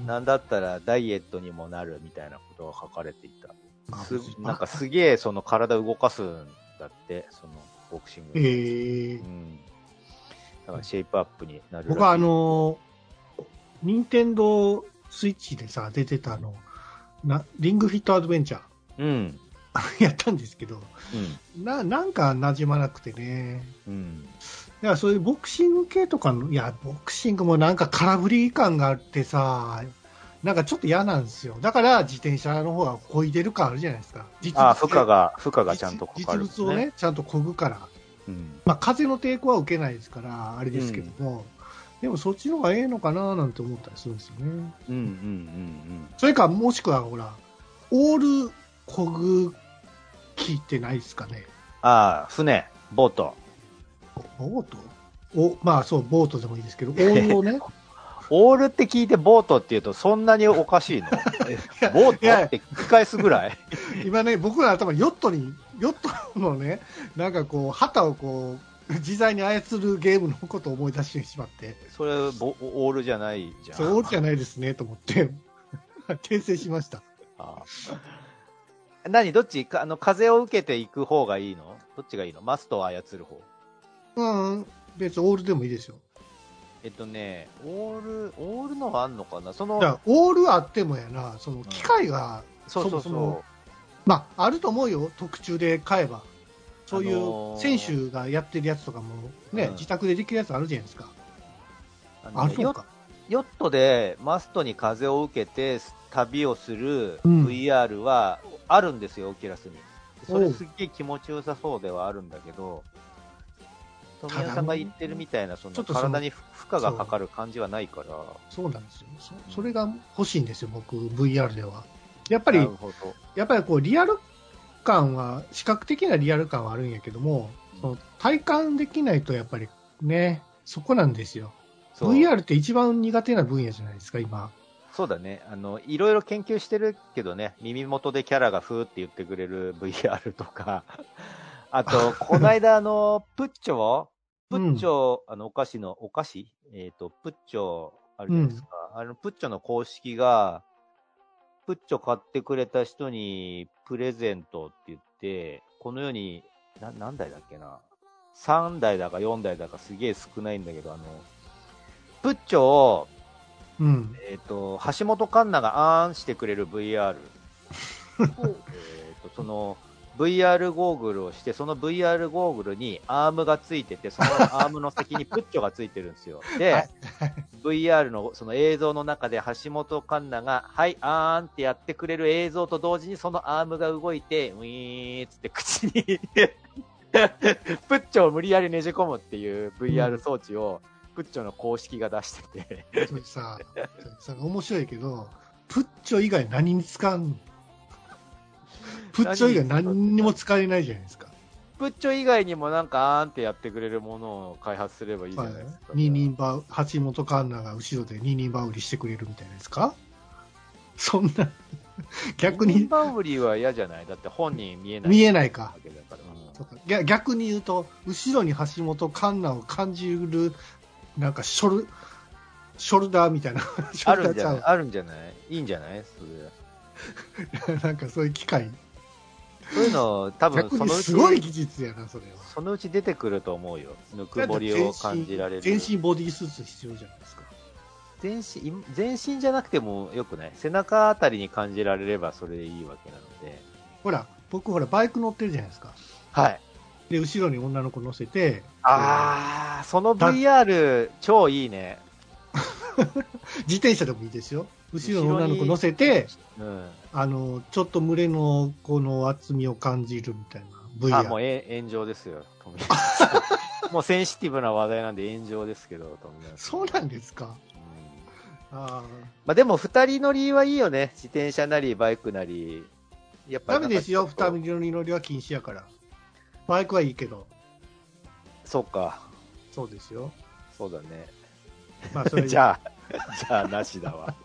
なんだったらダイエットにもなるみたいなことが書かれていた。すなんかすげえその体動かすんだって、そのボクシング。 へー、うん。 だからシェイプアップになるらしい。 僕はあのー、任天堂スイッチでさ、出てたあの、なリングフィットアドベンチャー。 うん。 やったんですけど、 うん、 な, なんか馴染まなくてね、 うん、 だからそういうボクシング系とかの、いや、ボクシングもなんか空振り感があってさ、なんかちょっと嫌なんですよ。だから自転車の方が漕いでる感あるじゃないですか。 実物ああ、負荷が、負荷がちゃんとかかる、 ね、実物をね、ちゃんと漕ぐから。 うん、 まあ、風の抵抗は受けないですから、あれですけども、うん、でもそっちの方がええのかななんて思ったりするんですよね。 うんうんうんうん。 それか、もしくはほら、オール漕ぐ聞いてないですかね。 ああ、船、ボート。 ボートお、まあそう、ボートでもいいですけど、オールをね。 オールって聞いてボートって言うとそんなにおかしいの？ボートって聞き返すぐらい今ね、僕の頭にヨットに、ヨットのね、なんかこう、旗をこう、自在に操るゲームのことを思い出してしまって。 それボ、オールじゃないじゃん。 そう、オールじゃないですね、と思って、訂正しました。 ああ、何どっちかあの風を受けていく方がいいの？どっちがいいの？マストを操る方？ うん、別にオールでもいいですよ。 えっとね、オール、オールのあんのかな？その、 いや、オールあってもやな、その機械が、 うん、そうそうそう。そもそもまあ、あると思うよ、特注で買えば。そういう選手がやってるやつとかもね、うん、自宅でできるやつあるじゃないですか。あ, ね、あるのか。 ヨットでマストに風を受けて旅をする ブイアールはあるんですよ、うん、オキュラスに。それすっげえ気持ちよさそうではあるんだけど、富谷さんが言ってるみたいな、その体に負荷がかかる感じはないから。 そうなんですよ。そ, それが欲しいんですよ、僕、ブイアール では。やっぱり、やっぱりこう、リアル感は、視覚的なリアル感はあるんやけども、その体感できないとやっぱりね、そこなんですよ。ブイアール って一番苦手な分野じゃないですか、今。 そうだね。あの、いろいろ研究してるけどね、耳元でキャラがふーって言ってくれる ブイアール とか、あと、この間、あの、プッチョプッチョ、うん、あの、お菓子の、お菓子えっ、ー、と、プッチョ、あるじゃないですか。うん、あの、プッチョの公式が、プッチョ買ってくれた人にプレゼントって言って、この世に、な、何台だっけな。さんだいだかよんだいだかすげえ少ないんだけど、あの、プッチョを、 うん、 えっ、ー、と、橋本環奈がアーンしてくれる ブイアール えっと、その、ブイアール ゴーグルをして、その ブイアール ゴーグルにアームがついてて、そのアームの先にプッチョがついてるんですよ。で、ブイアール のその映像の中で橋本環奈が、はい、あーんってやってくれる映像と同時にそのアームが動いて、ウィーンつって口にプッチョを無理やりねじ込むっていう ブイアール 装置を、プッチョの公式が出してて。 それさ、それ面白いけど、プッチョ以外何に使うの？プッチョ以外何にも使えないじゃないですか。 プッチョ以外にもなんかあーんってやってくれるものを開発すればいいじゃないですか。 二人羽、橋本環奈が後ろで二人羽売りしてくれるみたいなですか？そんな、逆に。 二人羽売りは嫌じゃない？だって本人見えない。 見えないか。 だから、うん、 そうか。逆に言うと、後ろに橋本環奈を感じる、なんかショル、ショルダーみたいな。 あるんじゃないあるんじゃないいいんじゃないそれ。なんかそういう機械。 そういうの多分そのうちすごい技術やな、それは。 そのうち出てくると思うよ。ぬくもりを感じられる。 全身ボディースーツ必要じゃないですか。 全身、全身じゃなくてもよくない？背中あたりに感じられればそれでいいわけなので。 ほら、 僕ほらバイク乗ってるじゃないですか。 はい。 で、後ろに女の子乗せて。 ああ、その ブイアール 超いいね。 自転車でもいいですよ。後ろに女の子乗せて、 うん、 あの、ちょっと群れのこの厚みを感じるみたいな ブイアール。 あ、もうえ炎上ですよ。もうセンシティブな話題なんで炎上ですけど、 そうなんですか。 うん、あまあでも二人乗りはいいよね。自転車なりバイクなり。 やっぱダメですよ。二人乗りは禁止やから。バイクはいいけど。 そうか。 そうですよ。 そうだね。 まあそれじゃあ、じゃあなしだわ。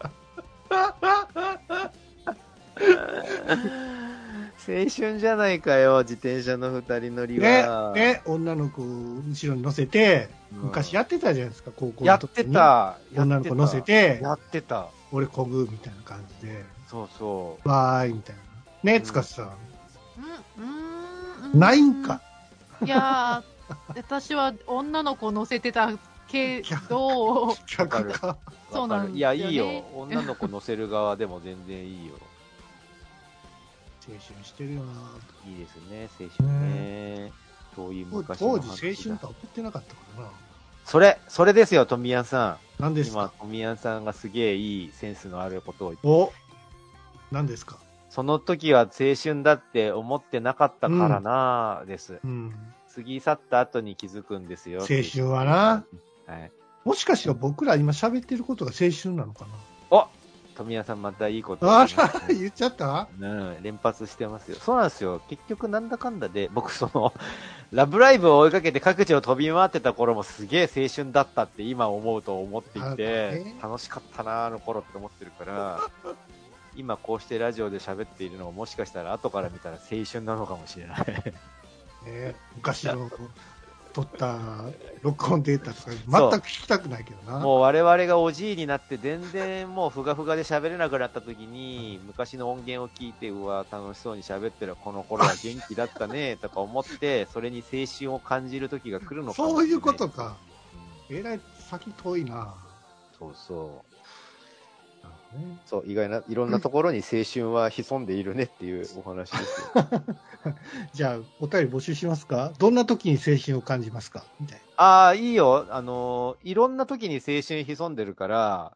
青春じゃないかよ、自転車の二人乗りは。 ね、ね、女の子後ろに乗せて、うん、昔やってたじゃないですか、高校の時に。やってた。 女の子乗せて、 やってた。 俺こぐみたいな感じで。 そうそう。 わーいみたいな。ね、つかさん。 うん、 うん。ないんか。 いやー、私は女の子乗せてたけど、 逆か。 そうなんですよ、ね。 いや、いいよ。女の子乗せる側でも全然いいよ。 青春してるよな。 いいですね、青春ね。遠い昔の当時青春とは思ってなかったからな。 それ、それですよ、富谷さん。 何ですか？ 今、富谷さんがすげえいいセンスのあることを言って。 お、何ですか？ その時は青春だって思ってなかったからなーです、 うん。うん。 過ぎ去った後に気づくんですよ。 青春はな。 はい。 もしかしたら僕ら今喋ってることが青春なのかな。 お、富谷さんまたいいこと言ってます、ね。あら、言っちゃった？ うん、連発してますよ。そうなんですよ。結局なんだかんだで、僕その、ラブライブを追いかけて各地を飛び回ってた頃もすげえ青春だったって今思うと思っていて、楽しかったなあの頃って思ってるから、今こうしてラジオで喋っているのももしかしたら後から見たら青春なのかもしれない。 ね、昔の撮った録音データとか全く聞きたくないけどな。 もう我々がおじいになって全然もうふがふがで喋れなくなった時に昔の音源を聞いて、うわ楽しそうに喋ってるこの頃は元気だったねとか思ってそれに青春を感じる時が来るのかもしれない。 そういうことか。えらい先遠いな。 そうそう。そう、意外ないろんなところに青春は潜んでいるねっていうお話ですよ。 じゃあお便り募集しますか？どんな時に青春を感じますかみたいな。 ああ、いいよ。あのー、いろんな時に青春潜んでるから、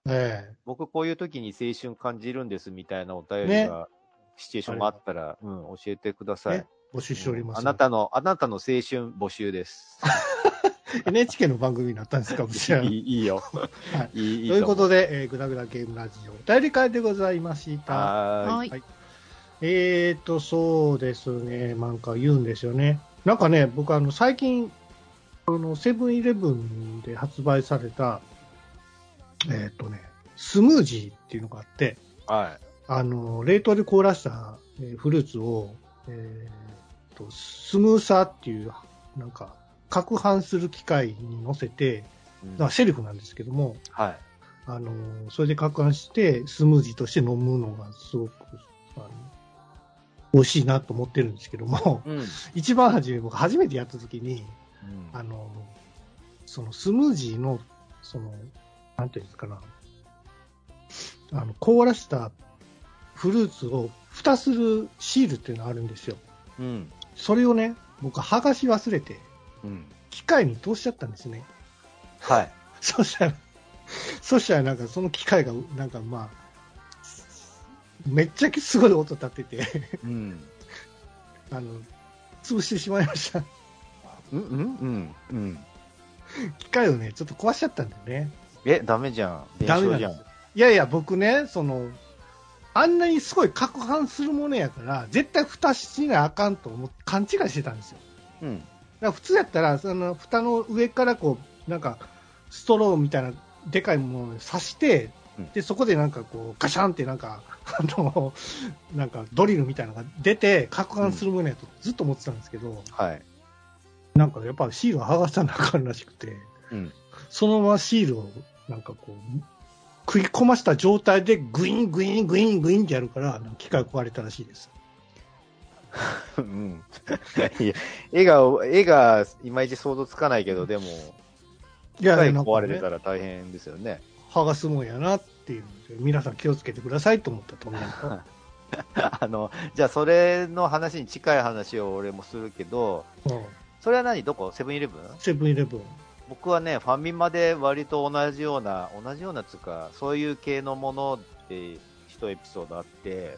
ええ、僕こういう時に青春感じるんですみたいなお便りが、ね、シチュエーションがあったら、うん、教えてください。ね、 募集しております、 うん。あなたの、あなたの青春募集です。 エヌエイチケー の番組になったんですか？ いいいいよ。 はい、いいということで、えー、グダグダゲームラジオお便り会でございました。 はい。 はい。えーと、そうですね。なんか言うんですよね。なんかね、僕あの、最近、あの、セブンイレブンで発売された、えーとね、スムージーっていうのがあって、 はい。 あの、冷凍で凍らした、えー、フルーツを、えーと、スムーサーっていう、なんか、攪拌する機械に乗せて、だからセルフなんですけども、 うん、はい。 あの、それで攪拌して、スムージーとして飲むのがすごく、あの、美味しいなと思ってるんですけども、うん、一番初め、僕初めてやった時に、うん、あの、そのスムージーの、その、なんていうんですかな、あの、凍らしたフルーツを蓋するシールっていうのがあるんですよ。うん。それをね、僕剥がし忘れて、うん、機械に通しちゃったんですね。 はい。 そしたら、そしたらなんかその機械が、なんかまあ、めっちゃすごい音立ってて、うん、あの、潰してしまいました。 うんうんうんうん。 機械をね、ちょっと壊しちゃったんだよね。 え、ダメじゃん。ダメじゃん。いやいや、僕ね、その、あんなにすごい攪拌するものやから、絶対蓋しなあかんと思って勘違いしてたんですよ。うん。だから普通やったら、その蓋の上からこう、なんか、ストローみたいなでかいものを刺して、うん、で、そこでなんかこう、ガシャンってなんか、あの、なんかドリルみたいなのが出て、攪拌するものやとずっと思ってたんですけど、うん、はい。なんかやっぱシールを剥がさなあかんらしくて、うん、そのままシールをなんかこう、食い込ました状態でグイングイングイングインってやるから、機械壊れたらしいです。 うん。いや、絵が、絵がいまいち想像つかないけど、でも、機械壊れてたら大変ですよね。 剥がすもんやなっていうので、皆さん気をつけてくださいと思ったと思います。 あの、じゃあそれの話に近い話を俺もするけど、うん、それは何どこセブンイレブンセブンイレブン。 僕はね、ファミマで割と同じような、同じようなつうか、そういう系のもので一エピソードあって、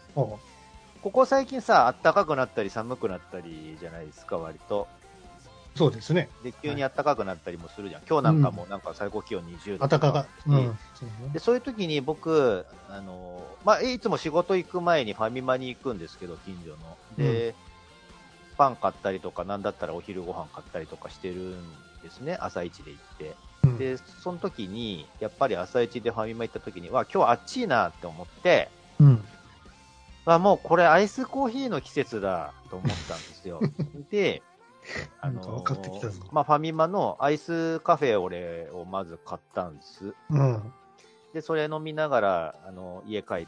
うん、ここ最近さ、暖かくなったり寒くなったりじゃないですか、割と。 そうですね。 で、急に暖かくなったりもするじゃん。はい、今日なんかもなんか最高気温にじゅうどとか、 暖かか、うん、 で、そういう時に僕、あの、まあ、いつも仕事行く前にファミマに行くんですけど、近所の。で、うん、パン買ったりとか、なんだったらお昼ご飯買ったりとかしてるんですね、朝一で行って。うん、で、その時に、やっぱり朝一でファミマ行った時には、今日暑いなって思って、うん、あ、もうこれアイスコーヒーの季節だと思ったんですよ。で、あのー、まあ、ファミマのアイスカフェオレをまず買ったんです。うん、で、それ飲みながら、あの、家帰って、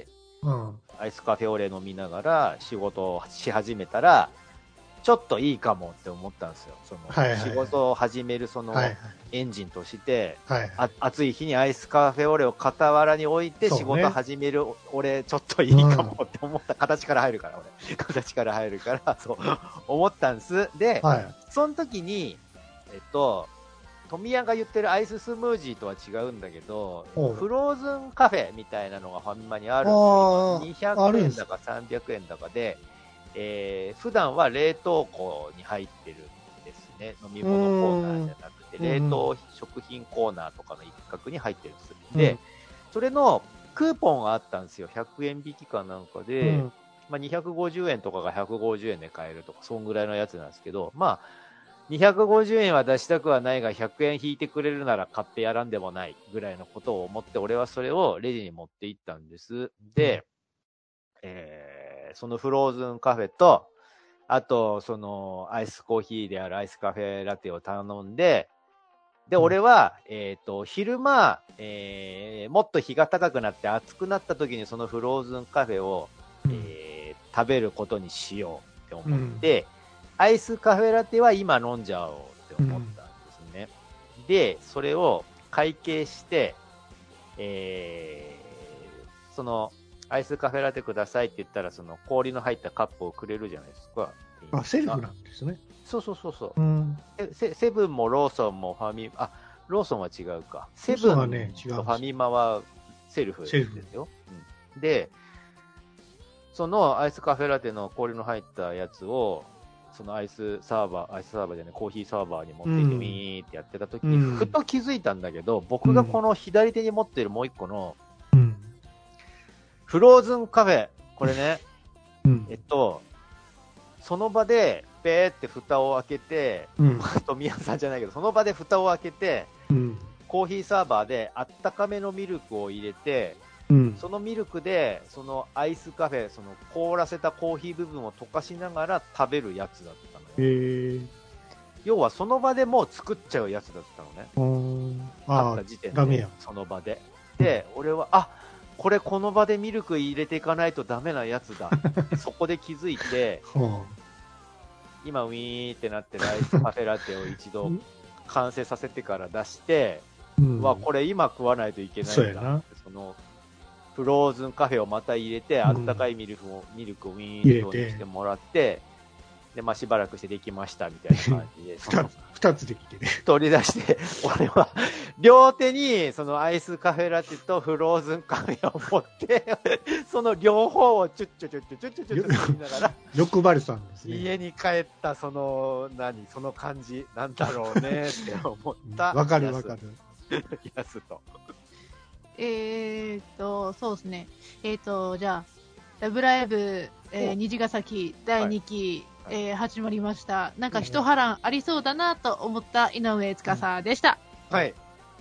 うん、アイスカフェオレ飲みながら仕事をし始めたら、ちょっといいかもって思ったんですよ。その、はいはいはい、仕事を始めるその、エンジンとして、はいはい、あ暑い日にアイスカフェオレを傍らに置いて仕事始める、ね、俺ちょっといいかもって思った、うん、形から入るから俺形から入るからそう思ったんです。で、はい、その時にえっと富谷が言ってるアイススムージーとは違うんだけど、フローズンカフェみたいなのがファミマにあるんですよ。にひゃくえんだかさんびゃくえんだかで、えー、普段は冷凍庫に入ってるんですね。飲み物コーナーじゃなくて、冷凍食品コーナーとかの一角に入ってるんです。うん、で、それのクーポンがあったんですよ。ひゃくえん引きかなんかで、うん、まあ、にひゃくごじゅうえんとかがひゃくごじゅうえんで買えるとか、そんぐらいのやつなんですけど、まあ、にひゃくごじゅうえんは出したくはないが、ひゃくえん引いてくれるなら買ってやらんでもないぐらいのことを思って、俺はそれをレジに持って行ったんです。で、うん、えー、そのフローズンカフェと、あと、その、アイスコーヒーであるアイスカフェラテを頼んで、で、俺は、えっと、昼間、えー、もっと日が高くなって暑くなった時にそのフローズンカフェを、えー、食べることにしようって思って、うん、アイスカフェラテは今飲んじゃおうって思ったんですね。うん、で、それを会計して、えー、その、アイスカフェラテくださいって言ったら、その氷の入ったカップをくれるじゃないですか。 あ、セルフなんですね。 そうそうそうそう、うん、セ, セブンもローソンもファミマ、あ、ローソンは違うか。セブンとファミマはセルフですよ。うん、で、そのアイスカフェラテの氷の入ったやつを、そのアイスサーバー、アイスサーバーじゃない、コーヒーサーバーに持っていって、ウィーってやってた時に、うん、ふと気づいたんだけど、僕がこの左手に持っているもう一個の、うん、フローズンカフェ、これね、うん、えっと、その場で、ペーって蓋を開けて、うん、富谷さんじゃないけど、その場で蓋を開けて、うん、コーヒーサーバーであったかめのミルクを入れて、うん、そのミルクで、そのアイスカフェ、その凍らせたコーヒー部分を溶かしながら食べるやつだったのよ。へー。要はその場でもう作っちゃうやつだったのね。あった時点で、その場で。で、俺は、あ、これこの場でミルク入れていかないとダメなやつだ。そこで気づいて、今ウィーってなってるアイスカフェラテを一度完成させてから出して、うん、わ、これ今食わないといけないんだって、そのフローズンカフェをまた入れて、うん、あったかいミルクをミルクをウィーンとしてもらって、で、まあ、しばらくしてできましたみたいな感じで二つできてね、 取り出して俺は両手にそのアイスカフェラテとフローズンカフェを持ってその両方をチュッチュチュッチュチュッチュチュッチュ言いながら欲張りさんですね。 家に帰ったその何その感じなんだろうねって思ったわかるわかるやすとえーっとそうですねえーっとじゃあラブライブ、えー、虹ヶ崎だいにき、はい、えー、始まりました。なんか一波乱ありそうだなと思った井上司でした。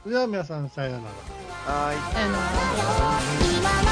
はい。では皆さんさようなら。 はい。 さようなら。